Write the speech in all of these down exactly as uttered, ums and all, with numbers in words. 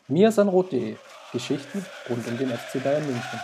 mirsanrot punkt de. Geschichten rund um den F C Bayern München.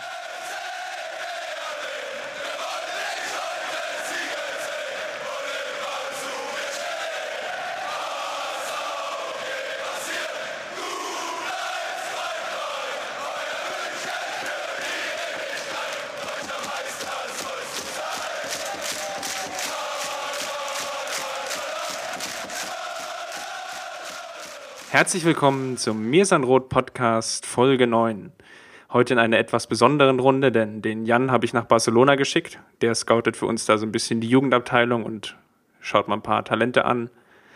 Herzlich willkommen zum mirsanrot Podcast Folge neun. Heute in einer etwas besonderen Runde, denn den Jan habe ich nach Barcelona geschickt. Der scoutet für uns da so ein bisschen die Jugendabteilung und schaut mal ein paar Talente an.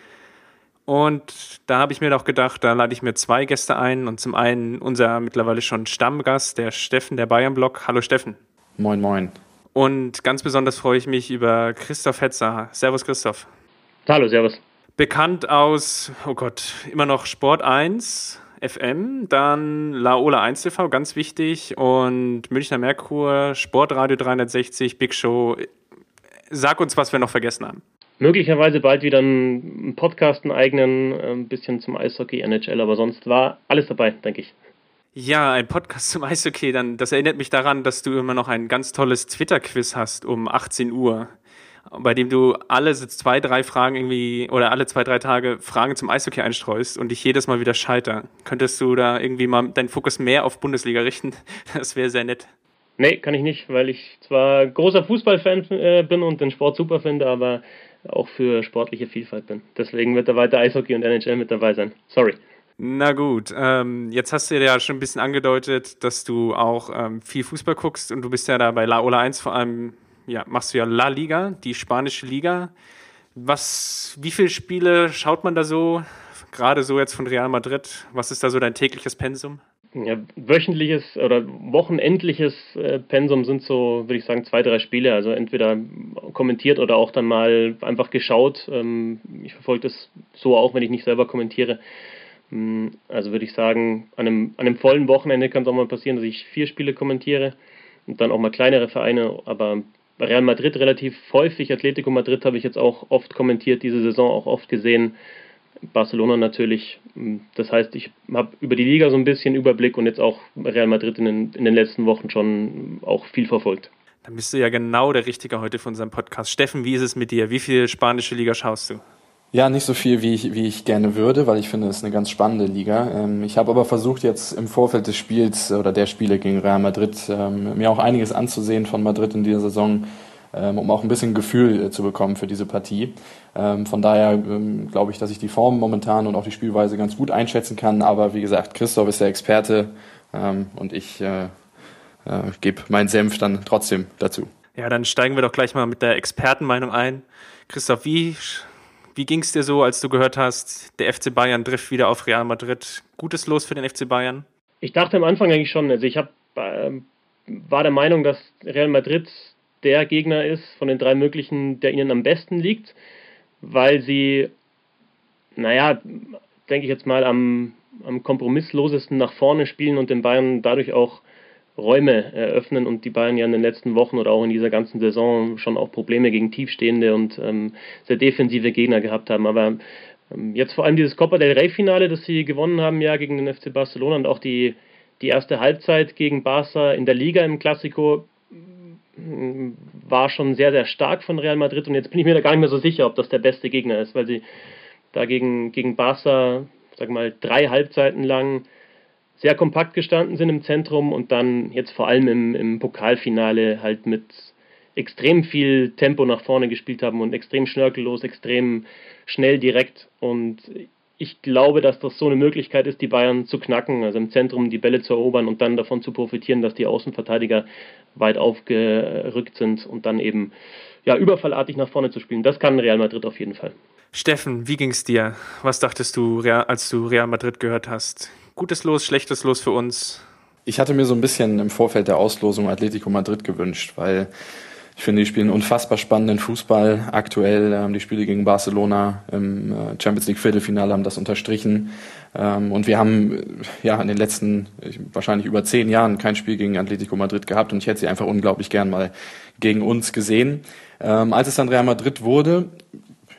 Und da habe ich mir doch gedacht, da lade ich mir zwei Gäste ein. Und zum einen unser mittlerweile schon Stammgast, der Steffen, der Bayern-Blog. Hallo Steffen. Moin, moin. Und ganz besonders freue ich mich über Christoph Hetzer. Servus Christoph. Hallo, servus. Bekannt aus, oh Gott, immer noch Sport eins F M, dann Laola eins T V, ganz wichtig, und Münchner Merkur, Sportradio dreihundertsechzig, Big Show. Sag uns, was wir noch vergessen haben. Möglicherweise bald wieder einen Podcast, einen eigenen, ein bisschen zum Eishockey, N H L, aber sonst war alles dabei, denke ich. Ja, ein Podcast zum Eishockey, dann, das erinnert mich daran, dass du immer noch ein ganz tolles Twitter-Quiz hast um achtzehn Uhr. Bei dem du alle zwei, drei Fragen irgendwie oder alle zwei, drei Tage Fragen zum Eishockey einstreust und dich jedes Mal wieder scheiter. Könntest du da irgendwie mal deinen Fokus mehr auf Bundesliga richten? Das wäre sehr nett. Nee, kann ich nicht, weil ich zwar großer Fußballfan äh, bin und den Sport super finde, aber auch für sportliche Vielfalt bin. Deswegen wird da weiter Eishockey und N H L mit dabei sein. Sorry. Na gut, ähm, jetzt hast du ja schon ein bisschen angedeutet, dass du auch ähm, viel Fußball guckst und du bist ja da bei Laola eins vor allem. Ja, machst du ja La Liga, die spanische Liga. Was, wie viele Spiele schaut man da so, gerade so jetzt von Real Madrid? Was ist da so dein tägliches Pensum? Ja, wöchentliches oder wochenendliches äh, Pensum sind so, würde ich sagen, zwei, drei Spiele. Also entweder kommentiert oder auch dann mal einfach geschaut. Ähm, ich verfolge das so auch, wenn ich nicht selber kommentiere. Ähm, also würde ich sagen, an einem, an einem vollen Wochenende kann es auch mal passieren, dass ich vier Spiele kommentiere und dann auch mal kleinere Vereine, aber Real Madrid relativ häufig, Atletico Madrid habe ich jetzt auch oft kommentiert, diese Saison auch oft gesehen, Barcelona natürlich. Das heißt, ich habe über die Liga so ein bisschen Überblick und jetzt auch Real Madrid in den, in den letzten Wochen schon auch viel verfolgt. Dann bist du ja genau der Richtige heute für unseren Podcast. Steffen, wie ist es mit dir? Wie viel spanische Liga schaust du? Ja, nicht so viel, wie ich, wie ich gerne würde, weil ich finde, es ist eine ganz spannende Liga. Ähm, ich habe aber versucht, jetzt im Vorfeld des Spiels oder der Spiele gegen Real Madrid ähm, mir auch einiges anzusehen von Madrid in dieser Saison, ähm, um auch ein bisschen Gefühl äh, zu bekommen für diese Partie. Ähm, von daher ähm, glaube ich, dass ich die Form momentan und auch die Spielweise ganz gut einschätzen kann. Aber wie gesagt, Christoph ist der Experte ähm, und ich äh, äh, gebe meinen Senf dann trotzdem dazu. Ja, dann steigen wir doch gleich mal mit der Expertenmeinung ein. Christoph, wie... Wie ging es dir so, als du gehört hast, der F C Bayern trifft wieder auf Real Madrid? Gutes Los für den F C Bayern? Ich dachte am Anfang eigentlich schon. Also ich hab, äh, war der Meinung, dass Real Madrid der Gegner ist von den drei möglichen, der ihnen am besten liegt, weil sie, naja, denke ich jetzt mal, am, am kompromisslosesten nach vorne spielen und den Bayern dadurch auch Räume eröffnen und die Bayern ja in den letzten Wochen oder auch in dieser ganzen Saison schon auch Probleme gegen tiefstehende und ähm, sehr defensive Gegner gehabt haben. Aber ähm, jetzt vor allem dieses Copa del Rey-Finale, das sie gewonnen haben, ja, gegen den F C Barcelona und auch die, die erste Halbzeit gegen Barca in der Liga im Clasico äh, war schon sehr, sehr stark von Real Madrid und jetzt bin ich mir da gar nicht mehr so sicher, ob das der beste Gegner ist, weil sie da gegen, gegen Barca, sag mal, drei Halbzeiten lang sehr kompakt gestanden sind im Zentrum und dann jetzt vor allem im, im Pokalfinale halt mit extrem viel Tempo nach vorne gespielt haben und extrem schnörkellos, extrem schnell direkt. Und ich glaube, dass das so eine Möglichkeit ist, die Bayern zu knacken, also im Zentrum die Bälle zu erobern und dann davon zu profitieren, dass die Außenverteidiger weit aufgerückt sind und dann eben ja, überfallartig nach vorne zu spielen. Das kann Real Madrid auf jeden Fall. Steffen, wie ging's dir? Was dachtest du, als du Real Madrid gehört hast? Gutes Los, schlechtes Los für uns? Ich hatte mir so ein bisschen im Vorfeld der Auslosung Atletico Madrid gewünscht, weil ich finde, die spielen unfassbar spannenden Fußball aktuell. Ähm, die Spiele gegen Barcelona im äh, Champions League Viertelfinale haben das unterstrichen. Ähm, und wir haben äh, ja in den letzten äh, wahrscheinlich über zehn Jahren kein Spiel gegen Atletico Madrid gehabt und ich hätte sie einfach unglaublich gern mal gegen uns gesehen. Ähm, als es dann Real Madrid wurde,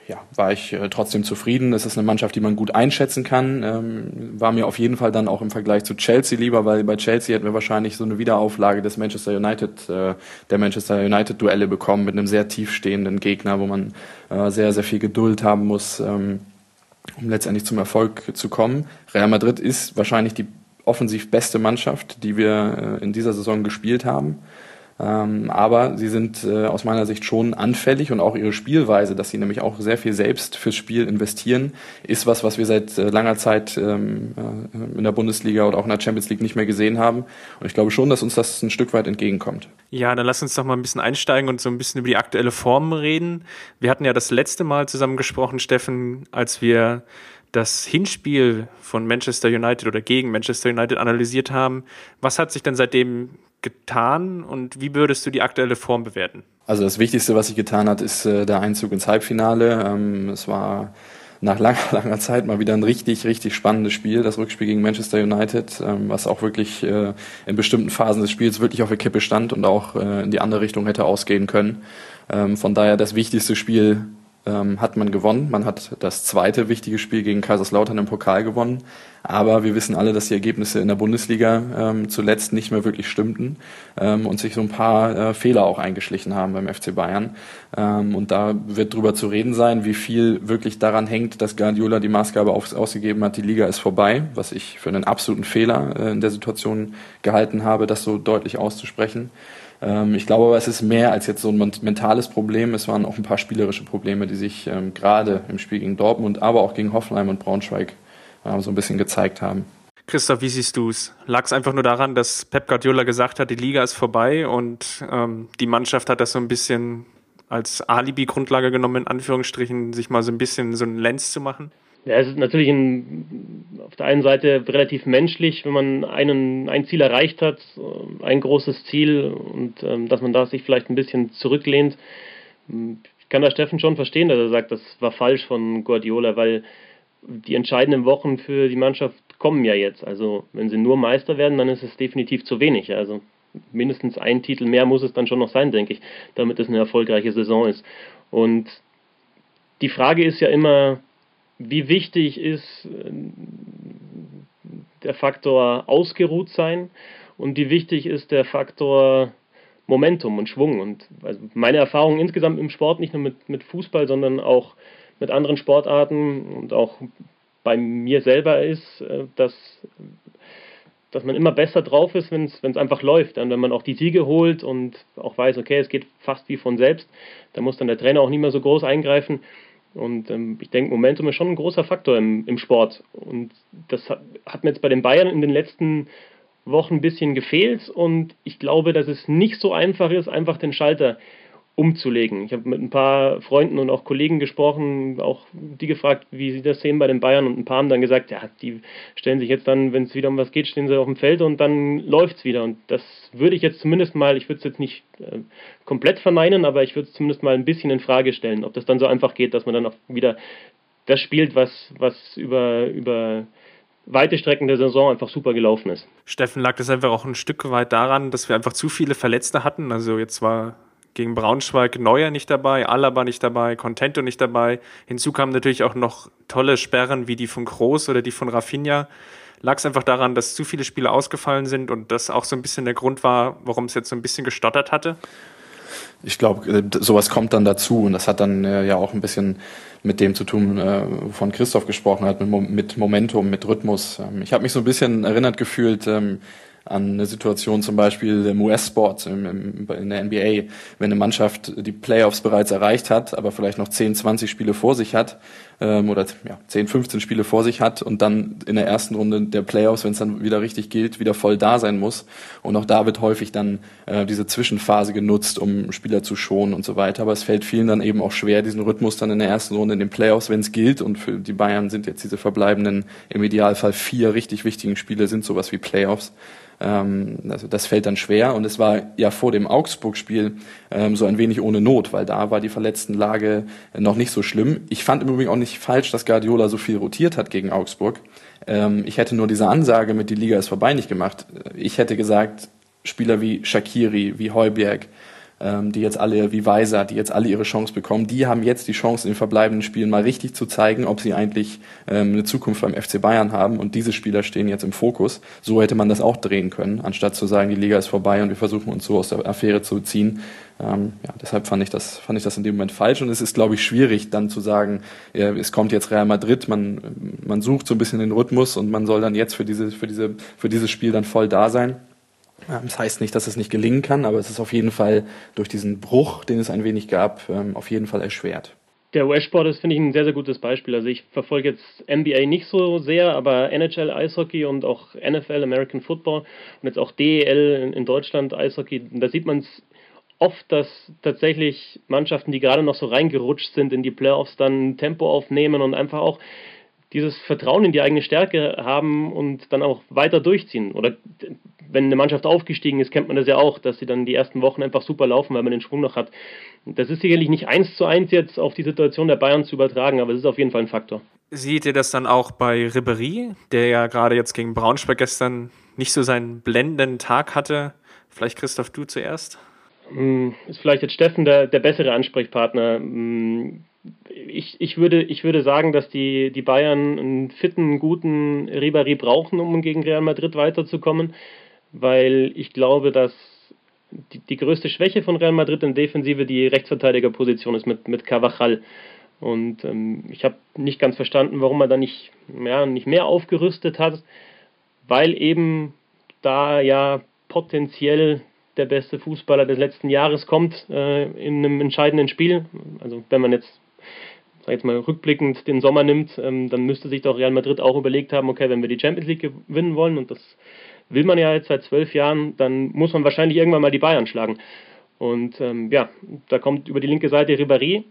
ja, war ich äh, trotzdem zufrieden. Es ist eine Mannschaft, die man gut einschätzen kann. Ähm, war mir auf jeden Fall dann auch im Vergleich zu Chelsea lieber, weil bei Chelsea hätten wir wahrscheinlich so eine Wiederauflage des Manchester United, äh, der Manchester United Duelle bekommen mit einem sehr tiefstehenden Gegner, wo man äh, sehr, sehr viel Geduld haben muss, ähm, um letztendlich zum Erfolg zu kommen. Real Madrid ist wahrscheinlich die offensiv beste Mannschaft, die wir äh, in dieser Saison gespielt haben. Ähm, aber sie sind äh, aus meiner Sicht schon anfällig und auch ihre Spielweise, dass sie nämlich auch sehr viel selbst fürs Spiel investieren, ist was, was wir seit äh, langer Zeit ähm, äh, in der Bundesliga oder auch in der Champions League nicht mehr gesehen haben. Und ich glaube schon, dass uns das ein Stück weit entgegenkommt. Ja, dann lass uns doch mal ein bisschen einsteigen und so ein bisschen über die aktuelle Form reden. Wir hatten ja das letzte Mal zusammen gesprochen, Steffen, als wir das Hinspiel von Manchester United oder gegen Manchester United analysiert haben. Was hat sich denn seitdem getan und wie würdest du die aktuelle Form bewerten? Also das Wichtigste, was sich getan hat, ist äh, der Einzug ins Halbfinale. Ähm, es war nach langer, langer Zeit mal wieder ein richtig, richtig spannendes Spiel, das Rückspiel gegen Manchester United, ähm, was auch wirklich äh, in bestimmten Phasen des Spiels wirklich auf der Kippe stand und auch äh, in die andere Richtung hätte ausgehen können. Ähm, von daher das wichtigste Spiel ähm, hat man gewonnen. Man hat das zweite wichtige Spiel gegen Kaiserslautern im Pokal gewonnen. Aber wir wissen alle, dass die Ergebnisse in der Bundesliga ähm, zuletzt nicht mehr wirklich stimmten ähm, und sich so ein paar äh, Fehler auch eingeschlichen haben beim F C Bayern. Ähm, und da wird drüber zu reden sein, wie viel wirklich daran hängt, dass Guardiola die Maßgabe auf, ausgegeben hat, die Liga ist vorbei, was ich für einen absoluten Fehler äh, in der Situation gehalten habe, das so deutlich auszusprechen. Ähm, ich glaube aber, es ist mehr als jetzt so ein mentales Problem. Es waren auch ein paar spielerische Probleme, die sich ähm, gerade im Spiel gegen Dortmund, aber auch gegen Hoffenheim und Braunschweig so ein bisschen gezeigt haben. Christoph, wie siehst du es? Lag es einfach nur daran, dass Pep Guardiola gesagt hat, die Liga ist vorbei und ähm, die Mannschaft hat das so ein bisschen als Alibi-Grundlage genommen, in Anführungsstrichen, sich mal so ein bisschen so einen Lenz zu machen? Ja, es ist natürlich ein, auf der einen Seite relativ menschlich, wenn man einen, ein Ziel erreicht hat, ein großes Ziel und ähm, dass man da sich vielleicht ein bisschen zurücklehnt. Ich kann da Steffen schon verstehen, dass er sagt, das war falsch von Guardiola, weil die entscheidenden Wochen für die Mannschaft kommen ja jetzt. Also wenn sie nur Meister werden, dann ist es definitiv zu wenig. Also mindestens ein Titel mehr muss es dann schon noch sein, denke ich, damit es eine erfolgreiche Saison ist. Und die Frage ist ja immer, wie wichtig ist der Faktor ausgeruht sein und wie wichtig ist der Faktor Momentum und Schwung. Und also meine Erfahrung insgesamt im Sport, nicht nur mit, mit Fußball, sondern auch mit anderen Sportarten und auch bei mir selber ist, dass, dass man immer besser drauf ist, wenn es einfach läuft. Dann, wenn man auch die Siege holt und auch weiß, okay, es geht fast wie von selbst, dann muss dann der Trainer auch nicht mehr so groß eingreifen. Und ähm, ich denke, Momentum ist schon ein großer Faktor im, im Sport. Und das hat, hat mir jetzt bei den Bayern in den letzten Wochen ein bisschen gefehlt. Und ich glaube, dass es nicht so einfach ist, einfach den Schalter umzulegen. Ich habe mit ein paar Freunden und auch Kollegen gesprochen, auch die gefragt, wie sie das sehen bei den Bayern und ein paar haben dann gesagt, ja, die stellen sich jetzt dann, wenn es wieder um was geht, stehen sie auf dem Feld und dann läuft es wieder und das würde ich jetzt zumindest mal, ich würde es jetzt nicht äh, komplett verneinen, aber ich würde es zumindest mal ein bisschen in Frage stellen, ob das dann so einfach geht, dass man dann auch wieder das spielt, was, was über, über weite Strecken der Saison einfach super gelaufen ist. Steffen, lag das einfach auch ein Stück weit daran, dass wir einfach zu viele Verletzte hatten, also jetzt war gegen Braunschweig Neuer nicht dabei, Alaba nicht dabei, Contento nicht dabei. Hinzu kamen natürlich auch noch tolle Sperren wie die von Kroos oder die von Rafinha. Lag es einfach daran, dass zu viele Spiele ausgefallen sind und das auch so ein bisschen der Grund war, warum es jetzt so ein bisschen gestottert hatte? Ich glaube, sowas kommt dann dazu und das hat dann äh, ja auch ein bisschen mit dem zu tun, äh, wovon Christoph gesprochen hat, mit, Mo- mit Momentum, mit Rhythmus. Ähm, ich habe mich so ein bisschen erinnert gefühlt ähm, an eine Situation zum Beispiel im U S-Sport, im, im, in der N B A, wenn eine Mannschaft die Playoffs bereits erreicht hat, aber vielleicht noch zehn, zwanzig Spiele vor sich hat, ähm, oder ja, zehn, fünfzehn Spiele vor sich hat und dann in der ersten Runde der Playoffs, wenn es dann wieder richtig gilt, wieder voll da sein muss. Und auch da wird häufig dann äh, diese Zwischenphase genutzt, um Spieler zu schonen und so weiter. Aber es fällt vielen dann eben auch schwer, diesen Rhythmus dann in der ersten Runde in den Playoffs, wenn es gilt. Und für die Bayern sind jetzt diese verbleibenden, im Idealfall vier richtig wichtigen Spiele, sind sowas wie Playoffs. Also das fällt dann schwer und es war ja vor dem Augsburg-Spiel ähm, so ein wenig ohne Not, weil da war die Verletztenlage noch nicht so schlimm. Ich fand im Übrigen auch nicht falsch, dass Guardiola so viel rotiert hat gegen Augsburg. Ähm, ich hätte nur diese Ansage mit die Liga ist vorbei nicht gemacht. Ich hätte gesagt, Spieler wie Shaqiri, wie Højbjerg, ähm, die jetzt alle, wie Weiser, die jetzt alle ihre Chance bekommen, die haben jetzt die Chance, in den verbleibenden Spielen mal richtig zu zeigen, ob sie eigentlich ähm, eine Zukunft beim F C Bayern haben, und diese Spieler stehen jetzt im Fokus. So hätte man das auch drehen können, anstatt zu sagen, die Liga ist vorbei und wir versuchen uns so aus der Affäre zu ziehen. Ähm, ja, deshalb fand ich das, fand ich das in dem Moment falsch, und es ist, glaube ich, schwierig dann zu sagen, ja, es kommt jetzt Real Madrid, man, man sucht so ein bisschen den Rhythmus und man soll dann jetzt für diese, für diese, für dieses Spiel dann voll da sein. Das heißt nicht, dass es nicht gelingen kann, aber es ist auf jeden Fall durch diesen Bruch, den es ein wenig gab, auf jeden Fall erschwert. Der U S-Sport ist, finde ich, ein sehr, sehr gutes Beispiel. Also ich verfolge jetzt N B A nicht so sehr, aber N H L Eishockey und auch N F L, American Football, und jetzt auch D E L in, in Deutschland Eishockey, da sieht man es oft, dass tatsächlich Mannschaften, die gerade noch so reingerutscht sind in die Playoffs, dann Tempo aufnehmen und einfach auch dieses Vertrauen in die eigene Stärke haben und dann auch weiter durchziehen. Oder wenn eine Mannschaft aufgestiegen ist, kennt man das ja auch, dass sie dann die ersten Wochen einfach super laufen, weil man den Schwung noch hat. Das ist sicherlich nicht eins zu eins jetzt auf die Situation der Bayern zu übertragen, aber es ist auf jeden Fall ein Faktor. Seht ihr das dann auch bei Ribéry, der ja gerade jetzt gegen Braunschweig gestern nicht so seinen blendenden Tag hatte? Vielleicht, Christoph, du zuerst? Ist vielleicht jetzt Steffen der, der bessere Ansprechpartner. Ich, ich, würde, ich würde sagen, dass die, die Bayern einen fitten, guten Ribéry brauchen, um gegen Real Madrid weiterzukommen, weil ich glaube, dass die, die größte Schwäche von Real Madrid in Defensive die Rechtsverteidigerposition ist mit, mit Carvajal. Und ähm, ich habe nicht ganz verstanden, warum er da nicht, ja, nicht mehr aufgerüstet hat, weil eben da ja potenziell der beste Fußballer des letzten Jahres kommt äh, in einem entscheidenden Spiel. Also wenn man jetzt, sag ich jetzt mal, rückblickend den Sommer nimmt, ähm, dann müsste sich doch Real Madrid auch überlegt haben, okay, wenn wir die Champions League gewinnen wollen, und das will man ja jetzt seit zwölf Jahren, dann muss man wahrscheinlich irgendwann mal die Bayern schlagen. Und ähm, ja, da kommt über die linke Seite Ribéry,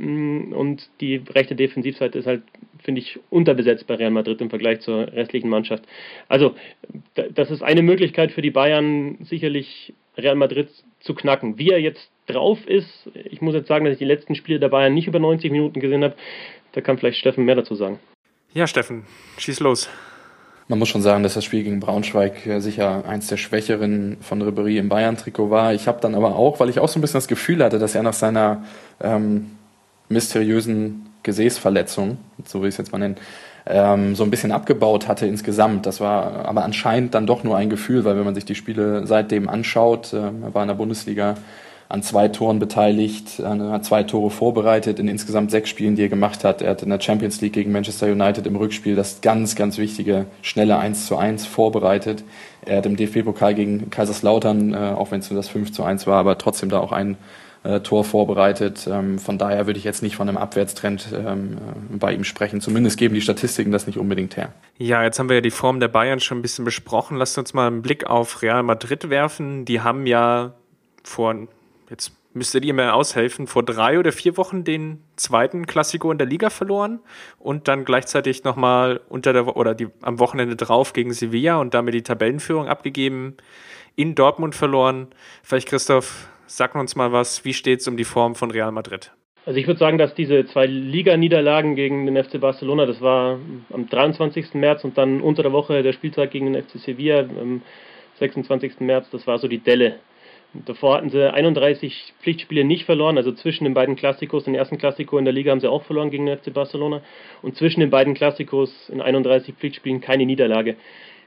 und die rechte Defensivseite ist halt, finde ich, unterbesetzt bei Real Madrid im Vergleich zur restlichen Mannschaft. Also das ist eine Möglichkeit für die Bayern, sicherlich Real Madrid zu knacken. Wie er jetzt drauf ist, ich muss jetzt sagen, dass ich die letzten Spiele der Bayern nicht über neunzig Minuten gesehen habe. Da kann vielleicht Steffen mehr dazu sagen. Ja, Steffen, schieß los. Man muss schon sagen, dass das Spiel gegen Braunschweig sicher eins der Schwächeren von Ribéry im Bayern-Trikot war. Ich habe dann aber auch, weil ich auch so ein bisschen das Gefühl hatte, dass er nach seiner ähm, mysteriösen Gesäßverletzung, so will ich es jetzt mal nennen, ähm, so ein bisschen abgebaut hatte insgesamt. Das war aber anscheinend dann doch nur ein Gefühl, weil wenn man sich die Spiele seitdem anschaut, äh, er war in der Bundesliga an zwei Toren beteiligt, er hat zwei Tore vorbereitet in insgesamt sechs Spielen, die er gemacht hat. Er hat in der Champions League gegen Manchester United im Rückspiel das ganz, ganz wichtige, schnelle eins zu eins vorbereitet. Er hat im D F B-Pokal gegen Kaiserslautern, äh, auch wenn es nur das fünf zu eins war, aber trotzdem da auch ein äh, Tor vorbereitet. Ähm, von daher würde ich jetzt nicht von einem Abwärtstrend ähm, bei ihm sprechen. Zumindest geben die Statistiken das nicht unbedingt her. Ja, jetzt haben wir ja die Form der Bayern schon ein bisschen besprochen. Lasst uns mal einen Blick auf Real Madrid werfen. Die haben ja vor, jetzt müsstet ihr mir aushelfen, vor drei oder vier Wochen den zweiten Klassiko in der Liga verloren und dann gleichzeitig nochmal unter der oder die am Wochenende drauf gegen Sevilla und damit die Tabellenführung abgegeben, in Dortmund verloren. Vielleicht, Christoph, sag uns mal was, wie steht es um die Form von Real Madrid? Also ich würde sagen, dass diese zwei Liga-Niederlagen gegen den F C Barcelona, das war am dreiundzwanzigsten März und dann unter der Woche der Spieltag gegen den F C Sevilla am sechsundzwanzigsten März, das war so die Delle. Und davor hatten sie einunddreißig Pflichtspiele nicht verloren, also zwischen den beiden Klassikos, den ersten Klassiko in der Liga haben sie auch verloren gegen den F C Barcelona und zwischen den beiden Klassikos in einunddreißig Pflichtspielen keine Niederlage.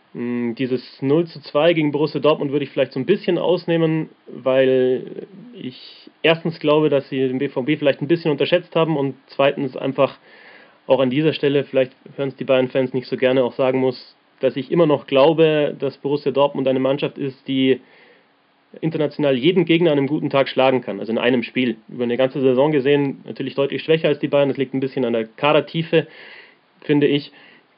Dieses null zu zwei gegen Borussia Dortmund würde ich vielleicht so ein bisschen ausnehmen, weil ich erstens glaube, dass sie den B V B vielleicht ein bisschen unterschätzt haben und zweitens einfach auch an dieser Stelle, vielleicht hören es die Bayern-Fans nicht so gerne, auch sagen muss, dass ich immer noch glaube, dass Borussia Dortmund eine Mannschaft ist, die international jeden Gegner an einem guten Tag schlagen kann, also in einem Spiel. Über eine ganze Saison gesehen natürlich deutlich schwächer als die Bayern, das liegt ein bisschen an der Kadertiefe, finde ich.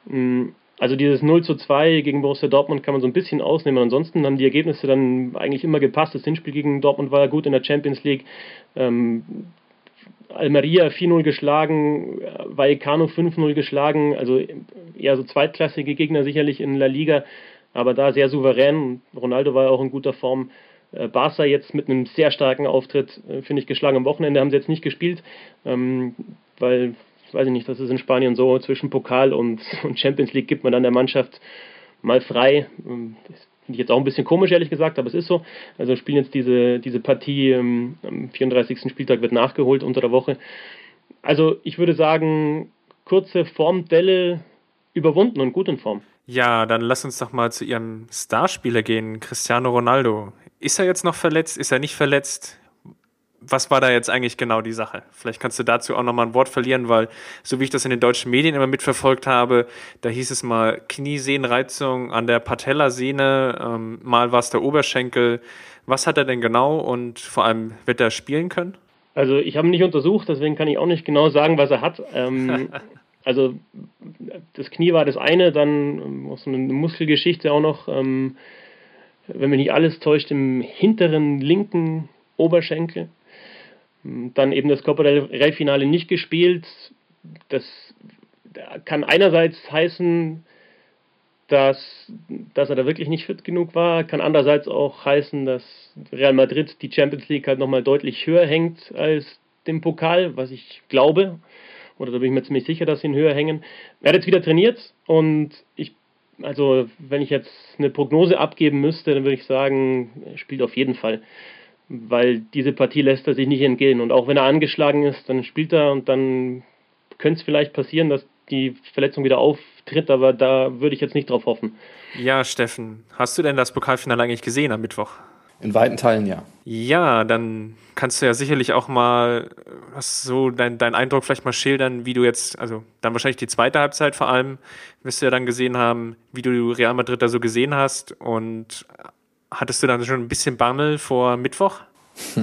Also dieses null zu zwei gegen Borussia Dortmund kann man so ein bisschen ausnehmen. Ansonsten haben die Ergebnisse dann eigentlich immer gepasst. Das Hinspiel gegen Dortmund war ja gut in der Champions League. Ähm, Almeria vier null geschlagen, Vallecano fünf null geschlagen. Also eher so zweitklassige Gegner sicherlich in La Liga, aber da sehr souverän. Ronaldo war ja auch in guter Form. Äh, Barca jetzt mit einem sehr starken Auftritt, äh, finde ich, geschlagen. Am Wochenende haben sie jetzt nicht gespielt, ähm, weil... weiß ich nicht, das ist in Spanien so, zwischen Pokal und, und Champions League gibt man dann der Mannschaft mal frei. Finde ich jetzt auch ein bisschen komisch, ehrlich gesagt, aber es ist so. Also spielen jetzt diese, diese Partie ähm, am vierunddreißigsten Spieltag wird nachgeholt unter der Woche. Also ich würde sagen, kurze Formdelle überwunden und gut in Form. Ja, dann lass uns doch mal zu ihrem Starspieler gehen, Cristiano Ronaldo. Ist er jetzt noch verletzt? Ist er nicht verletzt? Was war da jetzt eigentlich genau die Sache? Vielleicht kannst du dazu auch nochmal ein Wort verlieren, weil so wie ich das in den deutschen Medien immer mitverfolgt habe, da hieß es mal Kniesehnenreizung an der Patellasehne, ähm, mal war es der Oberschenkel. Was hat er denn genau und vor allem, wird er spielen können? Also ich habe ihn nicht untersucht, deswegen kann ich auch nicht genau sagen, was er hat. Ähm, also das Knie war das eine, dann auch so eine Muskelgeschichte auch noch, ähm, wenn mich nicht alles täuscht, im hinteren linken Oberschenkel. Dann eben das Copa del Rey-Finale nicht gespielt. Das kann einerseits heißen, dass, dass er da wirklich nicht fit genug war, kann andererseits auch heißen, dass Real Madrid die Champions League halt nochmal deutlich höher hängt als den Pokal, was ich glaube, oder da bin ich mir ziemlich sicher, dass sie ihn höher hängen. Er hat jetzt wieder trainiert und ich, also wenn ich jetzt eine Prognose abgeben müsste, dann würde ich sagen, er spielt auf jeden Fall. Weil diese Partie lässt er sich nicht entgehen. Und auch wenn er angeschlagen ist, dann spielt er und dann könnte es vielleicht passieren, dass die Verletzung wieder auftritt, aber da würde ich jetzt nicht drauf hoffen. Ja, Steffen, hast du denn das Pokalfinale eigentlich gesehen am Mittwoch? In weiten Teilen ja. Ja, dann kannst du ja sicherlich auch mal was so dein, dein Eindruck vielleicht mal schildern, wie du jetzt, also dann wahrscheinlich die zweite Halbzeit vor allem, wirst du ja dann gesehen haben, wie du Real Madrid da so gesehen hast und hattest du dann schon ein bisschen Bammel vor Mittwoch? Hm.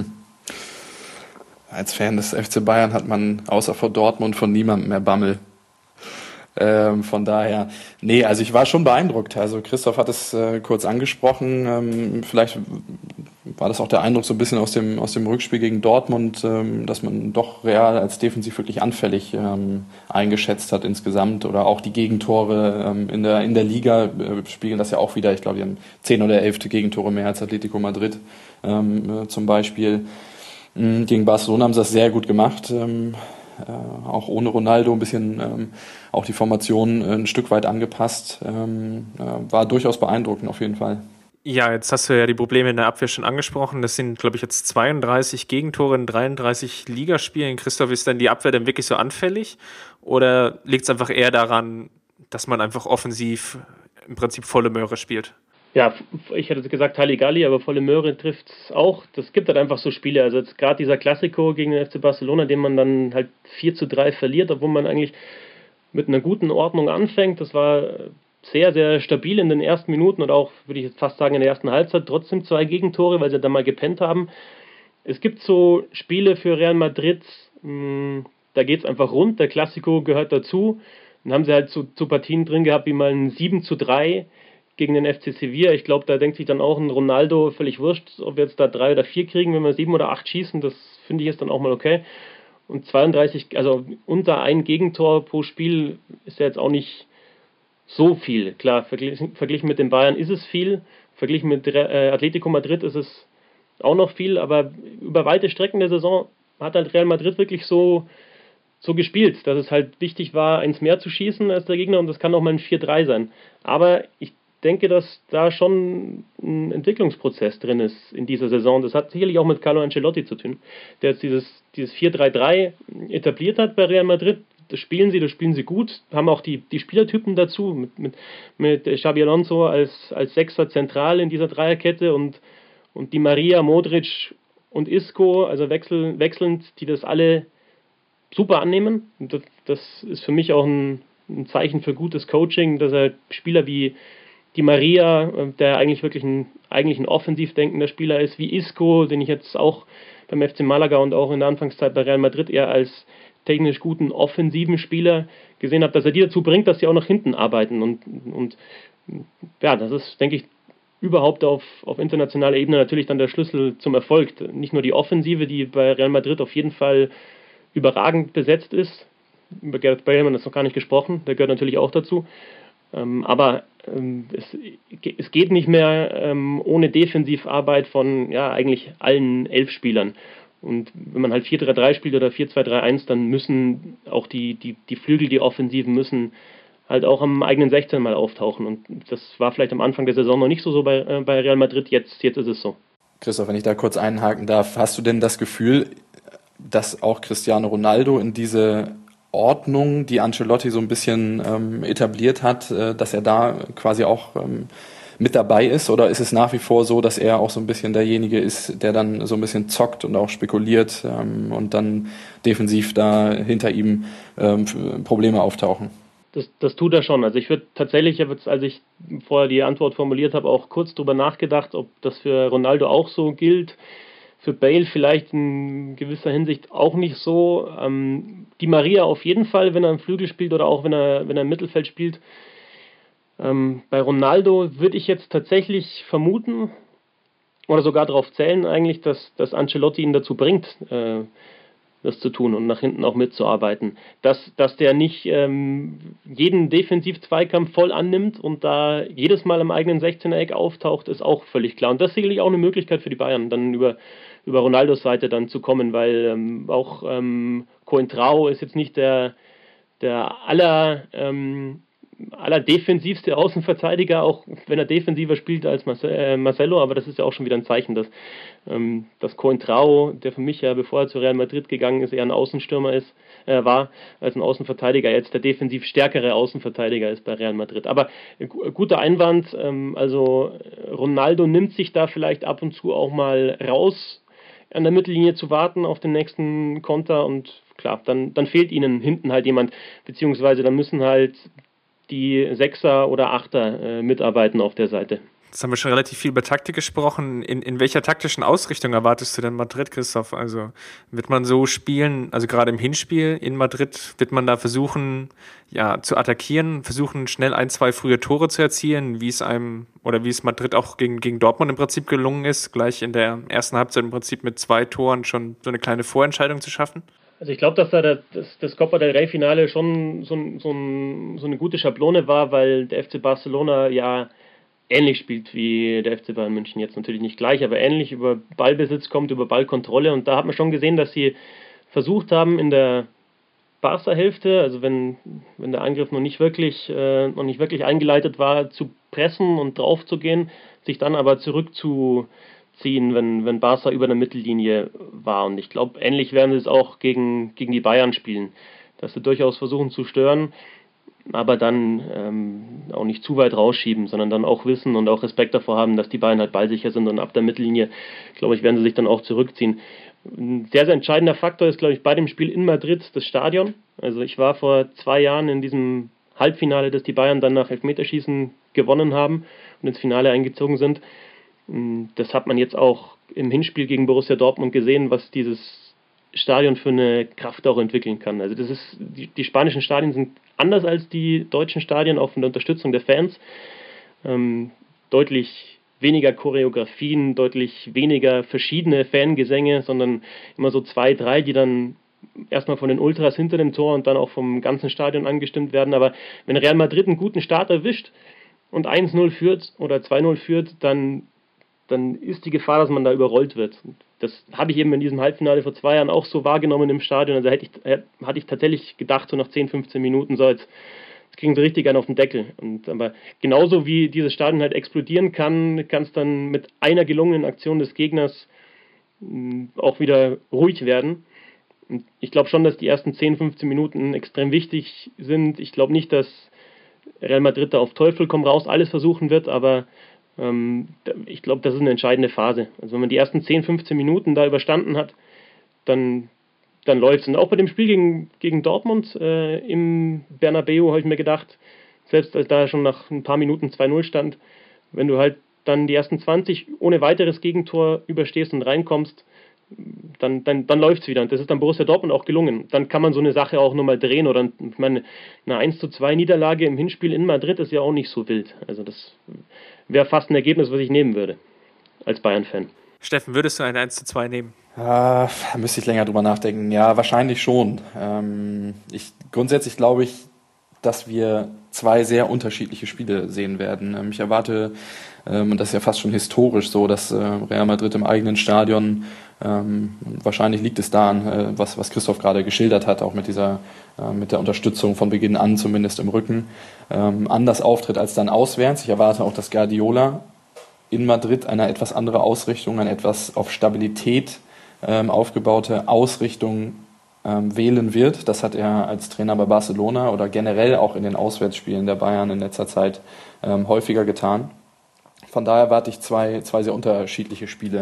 Als Fan des F C Bayern hat man außer vor Dortmund von niemandem mehr Bammel. Ähm, von daher, nee, also ich war schon beeindruckt. Also Christoph hat es äh, kurz angesprochen. Ähm, vielleicht war das auch der Eindruck so ein bisschen aus dem aus dem Rückspiel gegen Dortmund, ähm, dass man doch Real als defensiv wirklich anfällig ähm, eingeschätzt hat insgesamt. Oder auch die Gegentore ähm, in der in der Liga äh, spiegeln das ja auch wieder. Ich glaube, die haben zehn oder elf Gegentore mehr als Atletico Madrid ähm, äh, zum Beispiel. Ähm, gegen Barcelona haben sie das sehr gut gemacht. Ähm, Äh, auch ohne Ronaldo ein bisschen ähm, auch die Formation äh, ein Stück weit angepasst. Ähm, äh, war durchaus beeindruckend auf jeden Fall. Ja, jetzt hast du ja die Probleme in der Abwehr schon angesprochen. Das sind, glaube ich, jetzt zweiunddreißig Gegentore in dreiunddreißig Ligaspielen. Christoph, ist denn die Abwehr denn wirklich so anfällig? Oder liegt es einfach eher daran, dass man einfach offensiv im Prinzip volle Möhre spielt? Ja, ich hätte gesagt Halligalli, aber volle Möhre trifft es auch. Das gibt halt einfach so Spiele. Also jetzt gerade dieser Klassiko gegen den F C Barcelona, den man dann halt vier zu drei verliert, obwohl man eigentlich mit einer guten Ordnung anfängt. Das war sehr, sehr stabil in den ersten Minuten und auch, würde ich jetzt fast sagen, in der ersten Halbzeit. Trotzdem zwei Gegentore, weil sie dann mal gepennt haben. Es gibt so Spiele für Real Madrid, mh, da geht es einfach rund. Der Klassiko gehört dazu. Dann haben sie halt so, so Partien drin gehabt, wie mal ein sieben zu drei gegen den F C Sevilla. Ich glaube, da denkt sich dann auch ein Ronaldo völlig wurscht, ob wir jetzt da drei oder vier kriegen, wenn wir sieben oder acht schießen. Das finde ich ist dann auch mal okay. Und zweiunddreißig, also unter ein Gegentor pro Spiel ist ja jetzt auch nicht so viel. Klar, verglichen, verglichen mit den Bayern ist es viel. Verglichen mit äh, Atletico Madrid ist es auch noch viel. Aber über weite Strecken der Saison hat halt Real Madrid wirklich so so gespielt, dass es halt wichtig war, eins mehr zu schießen als der Gegner und das kann auch mal ein vier drei sein. Aber ich denke, dass da schon ein Entwicklungsprozess drin ist in dieser Saison. Das hat sicherlich auch mit Carlo Ancelotti zu tun, der jetzt dieses, dieses vier drei drei etabliert hat bei Real Madrid. Das spielen sie, das spielen sie gut, haben auch die, die Spielertypen dazu, mit, mit, mit Xabi Alonso als, als Sechser zentral in dieser Dreierkette und, und Di Maria, Modric und Isco, also wechsel, wechselnd, die das alle super annehmen. Und das, das ist für mich auch ein, ein Zeichen für gutes Coaching, dass er Spieler wie Di Maria, der eigentlich wirklich ein, eigentlich ein offensiv denkender Spieler ist, wie Isco, den ich jetzt auch beim F C Malaga und auch in der Anfangszeit bei Real Madrid eher als technisch guten offensiven Spieler gesehen habe, dass er die dazu bringt, dass sie auch nach hinten arbeiten. Und, und ja, das ist, denke ich, überhaupt auf, auf internationaler Ebene natürlich dann der Schlüssel zum Erfolg. Nicht nur die Offensive, die bei Real Madrid auf jeden Fall überragend besetzt ist. Über Gareth Bale haben wir das noch gar nicht gesprochen, der gehört natürlich auch dazu. Ähm, aber ähm, es, es geht nicht mehr ähm, ohne Defensivarbeit von ja eigentlich allen elf Spielern. Und wenn man halt vier drei drei spielt oder vier zwei drei eins, dann müssen auch die, die, die Flügel, die Offensiven müssen halt auch am eigenen sechzehn mal auftauchen. Und das war vielleicht am Anfang der Saison noch nicht so, so bei, äh, bei Real Madrid, jetzt, jetzt ist es so. Christoph, wenn ich da kurz einhaken darf, hast du denn das Gefühl, dass auch Cristiano Ronaldo in diese Ordnung, die Ancelotti so ein bisschen ähm, etabliert hat, äh, dass er da quasi auch ähm, mit dabei ist? Oder ist es nach wie vor so, dass er auch so ein bisschen derjenige ist, der dann so ein bisschen zockt und auch spekuliert ähm, und dann defensiv da hinter ihm ähm, Probleme auftauchen? Das, das tut er schon. Also ich würde tatsächlich, als ich vorher die Antwort formuliert habe, auch kurz drüber nachgedacht, ob das für Ronaldo auch so gilt. Für Bale vielleicht in gewisser Hinsicht auch nicht so. Ähm, Di Maria auf jeden Fall, wenn er im Flügel spielt oder auch wenn er, wenn er im Mittelfeld spielt. Ähm, bei Ronaldo würde ich jetzt tatsächlich vermuten oder sogar darauf zählen eigentlich, dass, dass Ancelotti ihn dazu bringt, äh, das zu tun und nach hinten auch mitzuarbeiten. Dass, dass der nicht ähm, jeden Defensiv-Zweikampf voll annimmt und da jedes Mal im eigenen sechzehner-Eck auftaucht, ist auch völlig klar. Und das ist sicherlich auch eine Möglichkeit für die Bayern, dann über, über Ronaldos Seite dann zu kommen, weil ähm, auch ähm, Coentrao ist jetzt nicht der, der aller... Ähm, allerdefensivste Außenverteidiger, auch wenn er defensiver spielt als Marcelo, aber das ist ja auch schon wieder ein Zeichen, dass, ähm, dass Coentrao, der für mich ja, bevor er zu Real Madrid gegangen ist, eher ein Außenstürmer ist, äh, war, als ein Außenverteidiger, jetzt der defensiv stärkere Außenverteidiger ist bei Real Madrid. Aber äh, guter Einwand, ähm, also Ronaldo nimmt sich da vielleicht ab und zu auch mal raus, an der Mittellinie zu warten auf den nächsten Konter und klar, dann, dann fehlt ihnen hinten halt jemand, beziehungsweise dann müssen halt die Sechser oder Achter äh, mitarbeiten auf der Seite. Jetzt haben wir schon relativ viel über Taktik gesprochen. In, in welcher taktischen Ausrichtung erwartest du denn Madrid, Christoph? Also wird man so spielen, also gerade im Hinspiel in Madrid, wird man da versuchen, ja, zu attackieren, versuchen schnell ein, zwei frühe Tore zu erzielen, wie es einem oder wie es Madrid auch gegen, gegen Dortmund im Prinzip gelungen ist, gleich in der ersten Halbzeit im Prinzip mit zwei Toren schon so eine kleine Vorentscheidung zu schaffen? Also ich glaube, dass da das, das Copa del Rey Finale schon so, so, ein, so eine gute Schablone war, weil der F C Barcelona ja ähnlich spielt wie der F C Bayern München, jetzt natürlich nicht gleich, aber ähnlich über Ballbesitz kommt, über Ballkontrolle, und da hat man schon gesehen, dass sie versucht haben in der Barca-Hälfte, also wenn, wenn der Angriff noch nicht wirklich äh, noch nicht wirklich eingeleitet war, zu pressen und drauf zu gehen, sich dann aber zurückzuziehen, wenn, wenn Barca über der Mittellinie war. Und ich glaube, ähnlich werden sie es auch gegen, gegen die Bayern spielen, dass sie durchaus versuchen zu stören, aber dann ähm, auch nicht zu weit rausschieben, sondern dann auch wissen und auch Respekt davor haben, dass die Bayern halt ballsicher sind, und ab der Mittellinie, glaube ich, werden sie sich dann auch zurückziehen. Ein sehr, sehr entscheidender Faktor ist, glaube ich, bei dem Spiel in Madrid das Stadion. Also ich war vor zwei Jahren in diesem Halbfinale, das die Bayern dann nach Elfmeterschießen gewonnen haben und ins Finale eingezogen sind. Das hat man jetzt auch im Hinspiel gegen Borussia Dortmund gesehen, was dieses Stadion für eine Kraft auch entwickeln kann. Also das ist, die, die spanischen Stadien sind anders als die deutschen Stadien, auch von der Unterstützung der Fans. Ähm, deutlich weniger Choreografien, deutlich weniger verschiedene Fangesänge, sondern immer so zwei, drei, die dann erstmal von den Ultras hinter dem Tor und dann auch vom ganzen Stadion angestimmt werden. Aber wenn Real Madrid einen guten Start erwischt und eins null führt oder zwei null führt, dann dann ist die Gefahr, dass man da überrollt wird. Das habe ich eben in diesem Halbfinale vor zwei Jahren auch so wahrgenommen im Stadion. Also hätte ich, hatte ich tatsächlich gedacht, so nach zehn, fünfzehn Minuten, so jetzt, jetzt kriegen sie richtig einen auf den Deckel. Und, aber genauso wie dieses Stadion halt explodieren kann, kann es dann mit einer gelungenen Aktion des Gegners mh, auch wieder ruhig werden. Und ich glaube schon, dass die ersten zehn, fünfzehn Minuten extrem wichtig sind. Ich glaube nicht, dass Real Madrid da auf Teufel komm raus alles versuchen wird, aber ich glaube, das ist eine entscheidende Phase. Also wenn man die ersten zehn, fünfzehn Minuten da überstanden hat, dann, dann läuft es. Und auch bei dem Spiel gegen, gegen Dortmund äh, im Bernabeu habe ich mir gedacht, selbst als da schon nach ein paar Minuten zwei null stand, wenn du halt dann die ersten zwanzig ohne weiteres Gegentor überstehst und reinkommst, dann, dann, dann läuft es wieder. Und das ist dann Borussia Dortmund auch gelungen. Dann kann man so eine Sache auch nochmal drehen. Oder ich meine, eine eins zu zwei Niederlage im Hinspiel in Madrid ist ja auch nicht so wild. Also das wäre fast ein Ergebnis, was ich nehmen würde, als Bayern-Fan. Steffen, würdest du ein eins zu zwei nehmen? Äh, da müsste ich länger drüber nachdenken. Ja, wahrscheinlich schon. Ähm, ich, grundsätzlich glaube ich, dass wir zwei sehr unterschiedliche Spiele sehen werden. Ähm, ich erwarte, ähm, und das ist ja fast schon historisch so, dass äh, Real Madrid im eigenen Stadion, ähm, wahrscheinlich liegt es daran, äh, was, was Christoph gerade geschildert hat, auch mit dieser, äh, mit der Unterstützung von Beginn an, zumindest im Rücken, ähm, anders auftritt als dann auswärts. Ich erwarte auch, dass Guardiola in Madrid eine etwas andere Ausrichtung, eine etwas auf Stabilität ähm, aufgebaute Ausrichtung ähm, wählen wird. Das hat er als Trainer bei Barcelona oder generell auch in den Auswärtsspielen der Bayern in letzter Zeit ähm, häufiger getan. Von daher erwarte ich zwei, zwei sehr unterschiedliche Spiele.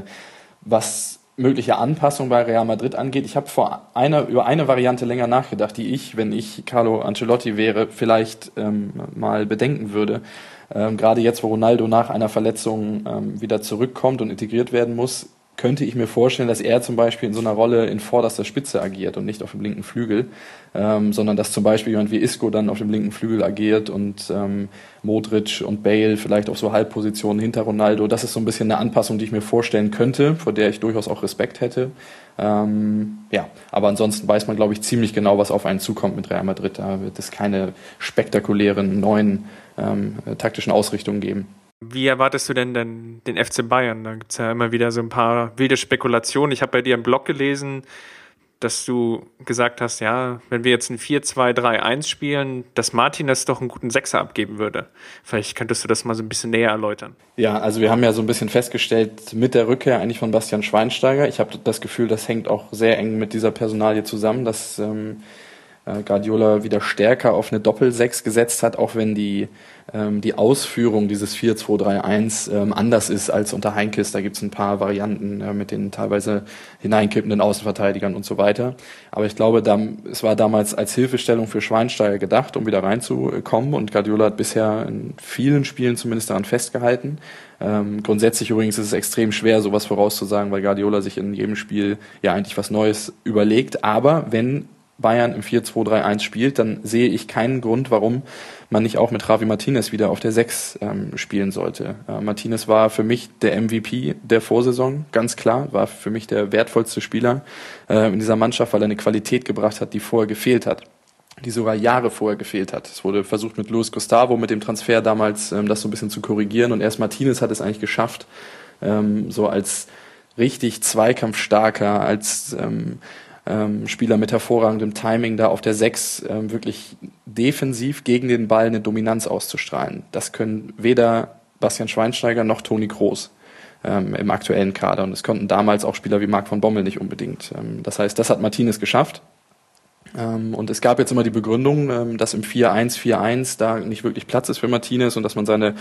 Was mögliche Anpassung bei Real Madrid angeht, ich habe vor einer, über eine Variante länger nachgedacht, die ich, wenn ich Carlo Ancelotti wäre, vielleicht ähm, mal bedenken würde. Ähm, gerade jetzt, wo Ronaldo nach einer Verletzung ähm, wieder zurückkommt und integriert werden muss, könnte ich mir vorstellen, dass er zum Beispiel in so einer Rolle in vorderster Spitze agiert und nicht auf dem linken Flügel, ähm, sondern dass zum Beispiel jemand wie Isco dann auf dem linken Flügel agiert und ähm, Modric und Bale vielleicht auf so Halbpositionen hinter Ronaldo. Das ist so ein bisschen eine Anpassung, die ich mir vorstellen könnte, vor der ich durchaus auch Respekt hätte. Ähm, ja, aber ansonsten weiß man, glaube ich, ziemlich genau, was auf einen zukommt mit Real Madrid. Da wird es keine spektakulären neuen ähm, taktischen Ausrichtungen geben. Wie erwartest du denn, denn den F C Bayern? Da gibt es ja immer wieder so ein paar wilde Spekulationen. Ich habe bei dir im Blog gelesen, dass du gesagt hast, ja, wenn wir jetzt ein vier zwei drei eins spielen, dass Martinez doch einen guten Sechser abgeben würde. Vielleicht könntest du das mal so ein bisschen näher erläutern. Ja, also wir haben ja so ein bisschen festgestellt mit der Rückkehr eigentlich von Bastian Schweinsteiger. Ich habe das Gefühl, das hängt auch sehr eng mit dieser Personalie zusammen, dass ähm, Guardiola wieder stärker auf eine Doppel-Sechs gesetzt hat, auch wenn die ähm, die Ausführung dieses vier zwei drei eins ähm, anders ist als unter Heinkes. Da gibt es ein paar Varianten äh, mit den teilweise hineinkippenden Außenverteidigern und so weiter. Aber ich glaube, da, es war damals als Hilfestellung für Schweinsteiger gedacht, um wieder reinzukommen. Und Guardiola hat bisher in vielen Spielen zumindest daran festgehalten. Ähm, grundsätzlich übrigens ist es extrem schwer, sowas vorauszusagen, weil Guardiola sich in jedem Spiel ja eigentlich was Neues überlegt. Aber wenn Bayern im vier zwei drei eins spielt, dann sehe ich keinen Grund, warum man nicht auch mit Javi Martinez wieder auf der sechs ähm, spielen sollte. Äh, Martinez war für mich der M V P der Vorsaison, ganz klar, war für mich der wertvollste Spieler äh, in dieser Mannschaft, weil er eine Qualität gebracht hat, die vorher gefehlt hat, die sogar Jahre vorher gefehlt hat. Es wurde versucht mit Luis Gustavo, mit dem Transfer damals, ähm, das so ein bisschen zu korrigieren, und erst Martinez hat es eigentlich geschafft, ähm, so als richtig zweikampfstarker, als ähm, Ähm, Spieler mit hervorragendem Timing da auf der sechs ähm, wirklich defensiv gegen den Ball eine Dominanz auszustrahlen. Das können weder Bastian Schweinsteiger noch Toni Kroos ähm, im aktuellen Kader. Und das konnten damals auch Spieler wie Marc von Bommel nicht unbedingt. Ähm, das heißt, das hat Martinez geschafft. Ähm, und es gab jetzt immer die Begründung, ähm, dass im vier eins vier eins da nicht wirklich Platz ist für Martinez und dass man seine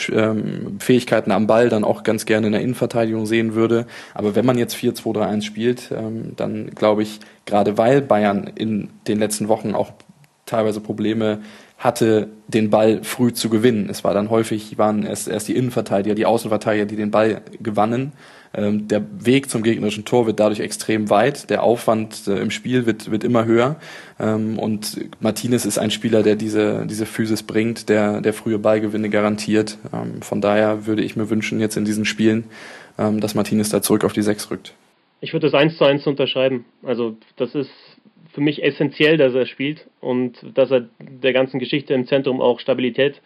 ähm, Fähigkeiten am Ball dann auch ganz gerne in der Innenverteidigung sehen würde. Aber wenn man jetzt vier zwei drei eins spielt, ähm, dann glaube ich, gerade weil Bayern in den letzten Wochen auch teilweise Probleme hatte, den Ball früh zu gewinnen. Es war dann häufig, waren erst, erst die Innenverteidiger, die Außenverteidiger, die den Ball gewannen. Ähm, der Weg zum gegnerischen Tor wird dadurch extrem weit. Der Aufwand äh, im Spiel wird, wird immer höher. Ähm, und Martinez ist ein Spieler, der diese, diese Physis bringt, der, der frühe Ballgewinne garantiert. Ähm, von daher würde ich mir wünschen, jetzt in diesen Spielen, ähm, dass Martinez da zurück auf die sechs rückt. Ich würde das eins zu eins unterschreiben. Also das ist für mich essentiell, dass er spielt und dass er der ganzen Geschichte im Zentrum auch Stabilität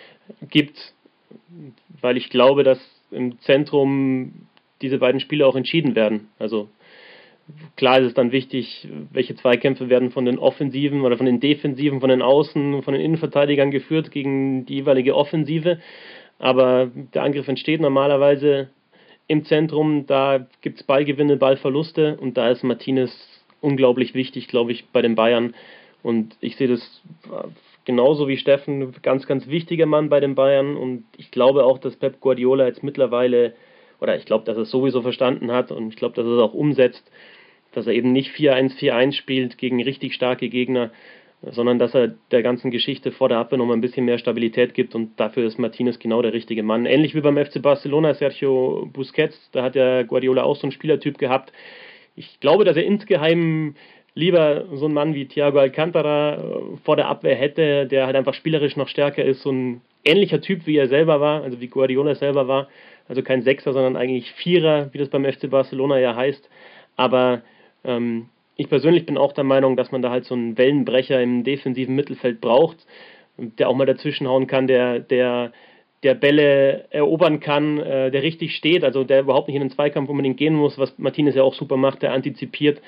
gibt, weil ich glaube, dass im Zentrum diese beiden Spiele auch entschieden werden. Also klar ist es dann wichtig, welche Zweikämpfe werden von den Offensiven oder von den Defensiven, von den Außen, von den Innenverteidigern geführt gegen die jeweilige Offensive, aber der Angriff entsteht normalerweise im Zentrum, da gibt es Ballgewinne, Ballverluste und da ist Martinez unglaublich wichtig, glaube ich, bei den Bayern. Und ich sehe das genauso wie Steffen, ganz, ganz wichtiger Mann bei den Bayern. Und ich glaube auch, dass Pep Guardiola jetzt mittlerweile, oder ich glaube, dass er es sowieso verstanden hat und ich glaube, dass er es auch umsetzt, dass er eben nicht vier eins vier eins spielt gegen richtig starke Gegner, sondern dass er der ganzen Geschichte vor der Abwehr noch mal ein bisschen mehr Stabilität gibt und dafür ist Martinez genau der richtige Mann. Ähnlich wie beim F C Barcelona, Sergio Busquets, da hat ja Guardiola auch so einen Spielertyp gehabt. Ich glaube, dass er insgeheim lieber so einen Mann wie Thiago Alcantara vor der Abwehr hätte, der halt einfach spielerisch noch stärker ist, so ein ähnlicher Typ, wie er selber war, also wie Guardiola selber war, also kein Sechser, sondern eigentlich Vierer, wie das beim F C Barcelona ja heißt, aber ähm, ich persönlich bin auch der Meinung, dass man da halt so einen Wellenbrecher im defensiven Mittelfeld braucht, der auch mal dazwischenhauen kann, der, der, der Bälle erobern kann, äh, der richtig steht, also der überhaupt nicht in den Zweikampf unbedingt gehen muss, was Martinez ja auch super macht, der antizipiert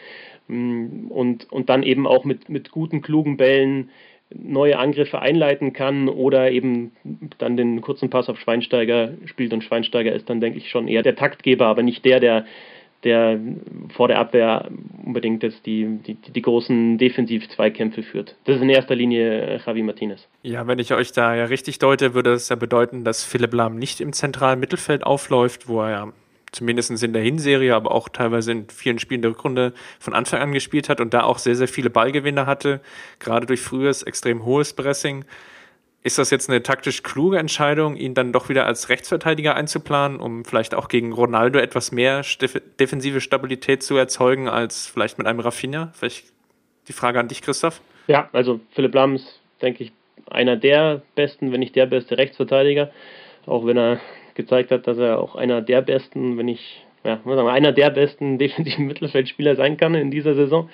und, und dann eben auch mit, mit guten, klugen Bällen neue Angriffe einleiten kann oder eben dann den kurzen Pass auf Schweinsteiger spielt und Schweinsteiger ist dann, denke ich, schon eher der Taktgeber, aber nicht der, der der vor der Abwehr unbedingt jetzt die, die, die großen Defensiv-Zweikämpfe führt. Das ist in erster Linie Javi Martinez. Ja, wenn ich euch da ja richtig deute, würde das ja bedeuten, dass Philipp Lahm nicht im zentralen Mittelfeld aufläuft, wo er ja zumindest in der Hinserie, aber auch teilweise in vielen Spielen der Rückrunde von Anfang an gespielt hat und da auch sehr, sehr viele Ballgewinne hatte, gerade durch frühes, extrem hohes Pressing. Ist das jetzt eine taktisch kluge Entscheidung, ihn dann doch wieder als Rechtsverteidiger einzuplanen, um vielleicht auch gegen Ronaldo etwas mehr stef- defensive Stabilität zu erzeugen, als vielleicht mit einem Rafinha? Vielleicht die Frage an dich, Christoph. Ja, also Philipp Lahm ist, denke ich, einer der besten, wenn nicht der beste Rechtsverteidiger, auch wenn er gezeigt hat, dass er auch einer der besten, wenn nicht, ja, muss sagen, einer der besten defensiven Mittelfeldspieler sein kann in dieser Saison.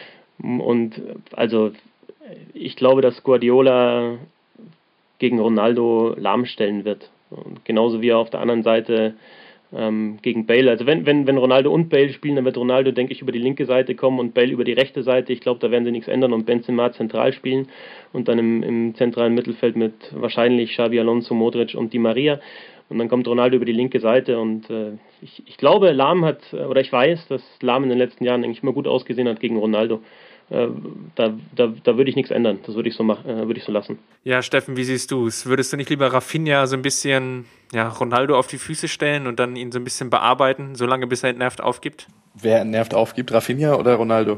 Und also ich glaube, dass Guardiola gegen Ronaldo lahmstellen wird. Und genauso wie er auf der anderen Seite ähm, gegen Bale. Also wenn, wenn, wenn Ronaldo und Bale spielen, dann wird Ronaldo, denke ich, über die linke Seite kommen und Bale über die rechte Seite. Ich glaube, da werden sie nichts ändern und Benzema zentral spielen und dann im, im zentralen Mittelfeld mit wahrscheinlich Xabi Alonso, Modric und Di Maria. Und dann kommt Ronaldo über die linke Seite und äh, ich, ich glaube, Lahm hat, oder ich weiß, dass Lahm in den letzten Jahren eigentlich immer gut ausgesehen hat gegen Ronaldo. Äh, da, da, da würde ich nichts ändern. Das würde ich so machen, äh, würde ich so lassen. Ja, Steffen, wie siehst du es? Würdest du nicht lieber Rafinha so ein bisschen, ja, Ronaldo auf die Füße stellen und dann ihn so ein bisschen bearbeiten, solange bis er entnervt aufgibt? Wer entnervt aufgibt, Rafinha oder Ronaldo?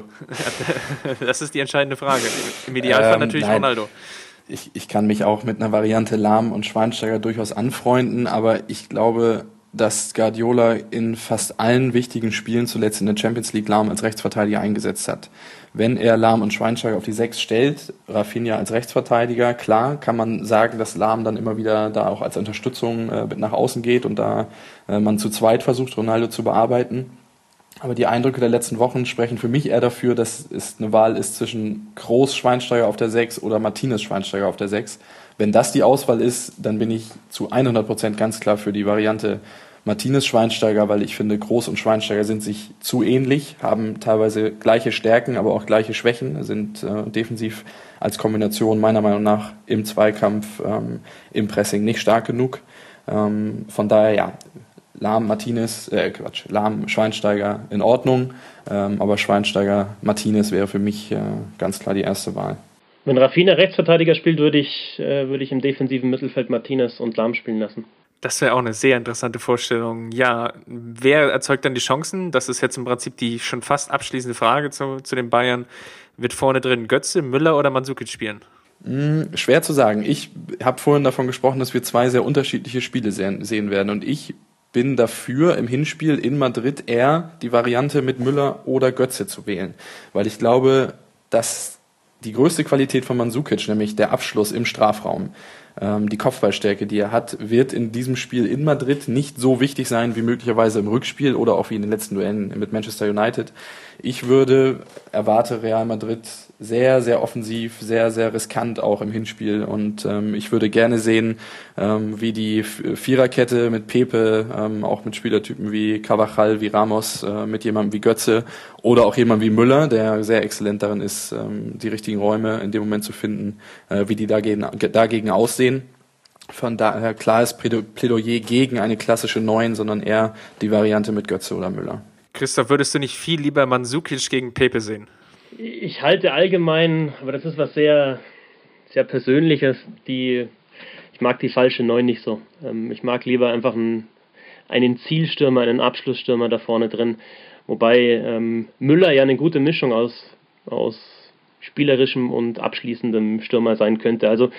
Das ist die entscheidende Frage. Im Idealfall ähm, natürlich nein. Ronaldo. Ich, ich kann mich auch mit einer Variante Lahm und Schweinsteiger durchaus anfreunden, aber ich glaube, dass Guardiola in fast allen wichtigen Spielen zuletzt in der Champions League Lahm als Rechtsverteidiger eingesetzt hat. Wenn er Lahm und Schweinsteiger auf die Sechs stellt, Rafinha als Rechtsverteidiger, klar kann man sagen, dass Lahm dann immer wieder da auch als Unterstützung äh, nach außen geht und da äh, man zu zweit versucht, Ronaldo zu bearbeiten. Aber die Eindrücke der letzten Wochen sprechen für mich eher dafür, dass es eine Wahl ist zwischen Kroos Schweinsteiger auf der Sechs oder Martinez Schweinsteiger auf der Sechs. Wenn das die Auswahl ist, dann bin ich zu hundert Prozent ganz klar für die Variante Martinez Schweinsteiger, weil ich finde, Kroos und Schweinsteiger sind sich zu ähnlich, haben teilweise gleiche Stärken, aber auch gleiche Schwächen, sind äh, defensiv als Kombination meiner Meinung nach im Zweikampf, ähm, im Pressing nicht stark genug. Ähm, von daher, ja, Lahm, Martinez, äh, Quatsch, Lahm, Schweinsteiger in Ordnung, ähm, aber Schweinsteiger, Martinez wäre für mich äh, ganz klar die erste Wahl. Wenn Rafinha Rechtsverteidiger spielt, würde ich, äh, würde ich im defensiven Mittelfeld Martinez und Lahm spielen lassen. Das wäre auch eine sehr interessante Vorstellung. Ja, wer erzeugt dann die Chancen? Das ist jetzt im Prinzip die schon fast abschließende Frage zu, zu den Bayern. Wird vorne drin Götze, Müller oder Mandzukic spielen? Hm, schwer zu sagen. Ich habe vorhin davon gesprochen, dass wir zwei sehr unterschiedliche Spiele sehen, sehen werden. Und ich bin dafür, im Hinspiel in Madrid eher die Variante mit Müller oder Götze zu wählen. Weil ich glaube, dass die größte Qualität von Mandzukic, nämlich der Abschluss im Strafraum, ähm, die Kopfballstärke, die er hat, wird in diesem Spiel in Madrid nicht so wichtig sein wie möglicherweise im Rückspiel oder auch wie in den letzten Duellen mit Manchester United. Ich würde, erwarte Real Madrid sehr, sehr offensiv, sehr, sehr riskant auch im Hinspiel und ähm, ich würde gerne sehen, ähm, wie die Viererkette mit Pepe, ähm, auch mit Spielertypen wie Carvajal, wie Ramos, äh, mit jemandem wie Götze oder auch jemand wie Müller, der sehr exzellent darin ist, ähm, die richtigen Räume in dem Moment zu finden, äh, wie die dagegen, dagegen aussehen. Von daher klar ist Plädoyer gegen eine klassische Neun, sondern eher die Variante mit Götze oder Müller. Christoph, würdest du nicht viel lieber Mandzukic gegen Pepe sehen? Ich halte allgemein, aber das ist was sehr, sehr Persönliches, die, ich mag die falsche Neun nicht so. Ich mag lieber einfach einen, einen Zielstürmer, einen Abschlussstürmer da vorne drin. Wobei ähm, Müller ja eine gute Mischung aus, aus spielerischem und abschließendem Stürmer sein könnte. Also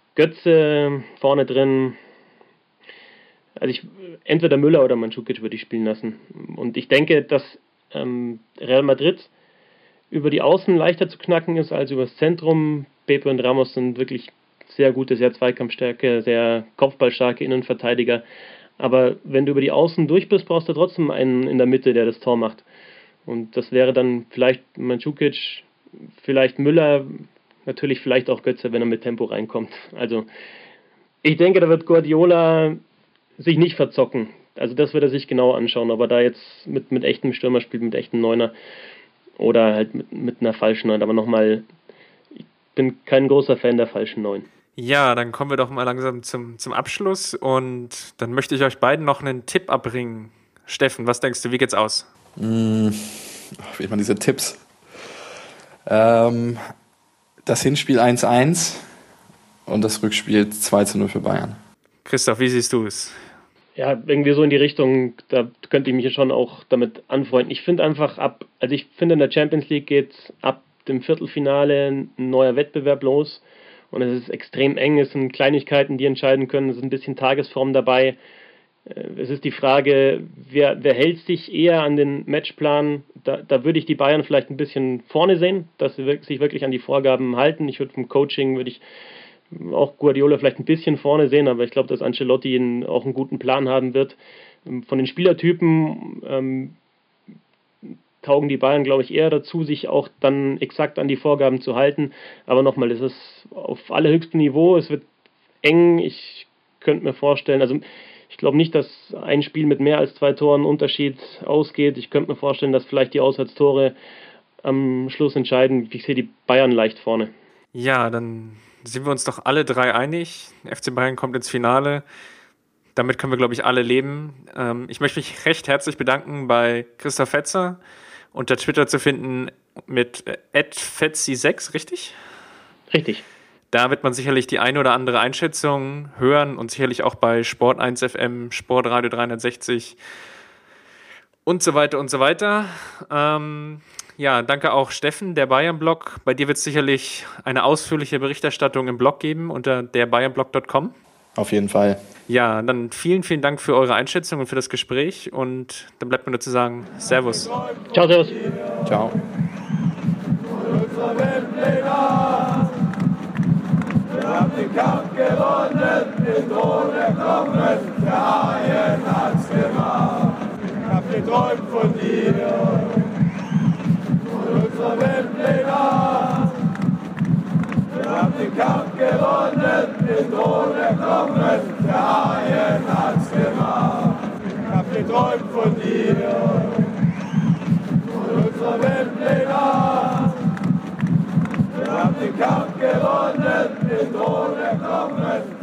Götze vorne drin, also ich, entweder Müller oder Mandzukic würde ich spielen lassen. Und ich denke, dass ähm, Real Madrid über die Außen leichter zu knacken ist als über das Zentrum. Pepe und Ramos sind wirklich sehr gute, sehr Zweikampfstärke, sehr kopfballstarke Innenverteidiger. Aber wenn du über die Außen durch bist, brauchst du trotzdem einen in der Mitte, der das Tor macht. Und das wäre dann vielleicht Mandzukic, vielleicht Müller, natürlich vielleicht auch Götze, wenn er mit Tempo reinkommt. Also ich denke, da wird Guardiola sich nicht verzocken. Also das wird er sich genau anschauen, ob er da jetzt mit, mit echtem Stürmer spielt, mit echtem Neuner oder halt mit, mit einer falschen Neun. Aber nochmal, ich bin kein großer Fan der falschen Neun. Ja, dann kommen wir doch mal langsam zum, zum Abschluss und dann möchte ich euch beiden noch einen Tipp abbringen. Steffen, was denkst du, wie geht's aus? Mmh, wie immer diese Tipps. Ähm, das Hinspiel eins eins und das Rückspiel zwei zu null für Bayern. Christoph, wie siehst du es? Ja, irgendwie so in die Richtung, da könnte ich mich schon auch damit anfreunden. Ich finde einfach ab, also ich finde in der Champions League geht ab dem Viertelfinale ein neuer Wettbewerb los und es ist extrem eng, es sind Kleinigkeiten, die entscheiden können, es ist ein bisschen Tagesform dabei. Es ist die Frage, wer, wer hält sich eher an den Matchplan? Da, da würde ich die Bayern vielleicht ein bisschen vorne sehen, dass sie sich wirklich an die Vorgaben halten. Ich würde vom Coaching, würde ich auch Guardiola vielleicht ein bisschen vorne sehen, aber ich glaube, dass Ancelotti einen, auch einen guten Plan haben wird. Von den Spielertypen ähm, taugen die Bayern, glaube ich, eher dazu, sich auch dann exakt an die Vorgaben zu halten. Aber nochmal, es ist auf allerhöchstem Niveau, es wird eng. Ich könnte mir vorstellen, also ich glaube nicht, dass ein Spiel mit mehr als zwei Toren Unterschied ausgeht. Ich könnte mir vorstellen, dass vielleicht die Auswärtstore am Schluss entscheiden. Ich sehe die Bayern leicht vorne. Ja, dann sind wir uns doch alle drei einig. F C Bayern kommt ins Finale. Damit können wir, glaube ich, alle leben. Ähm, ich möchte mich recht herzlich bedanken bei Christoph Fetzer, unter Twitter zu finden mit at fetzi sechs, richtig? Richtig. Da wird man sicherlich die eine oder andere Einschätzung hören und sicherlich auch bei Sport eins F M, Sportradio dreihundertsechzig und so weiter und so weiter. Ähm, ja, danke auch Steffen, der Bayern-Blog. Bei dir wird es sicherlich eine ausführliche Berichterstattung im Blog geben unter der bayern blog punkt com. Auf jeden Fall. Ja, dann vielen, vielen Dank für eure Einschätzung und für das Gespräch und dann bleibt mir nur zu sagen, Servus. Ciao, servus. Ciao. Wir haben den Kampf gewonnen, den Thron erklommen, der Haien hat's gemacht. Ich hab geträumt von dir, von unserer Weltpläne. Wir haben den Kampf gewonnen, den Thron erklommen, der Haien hat's gemacht. Ich hab geträumt von dir, von unserer Weltpläne. Wir haben den Kampf gewonnen, den Thron erklommen.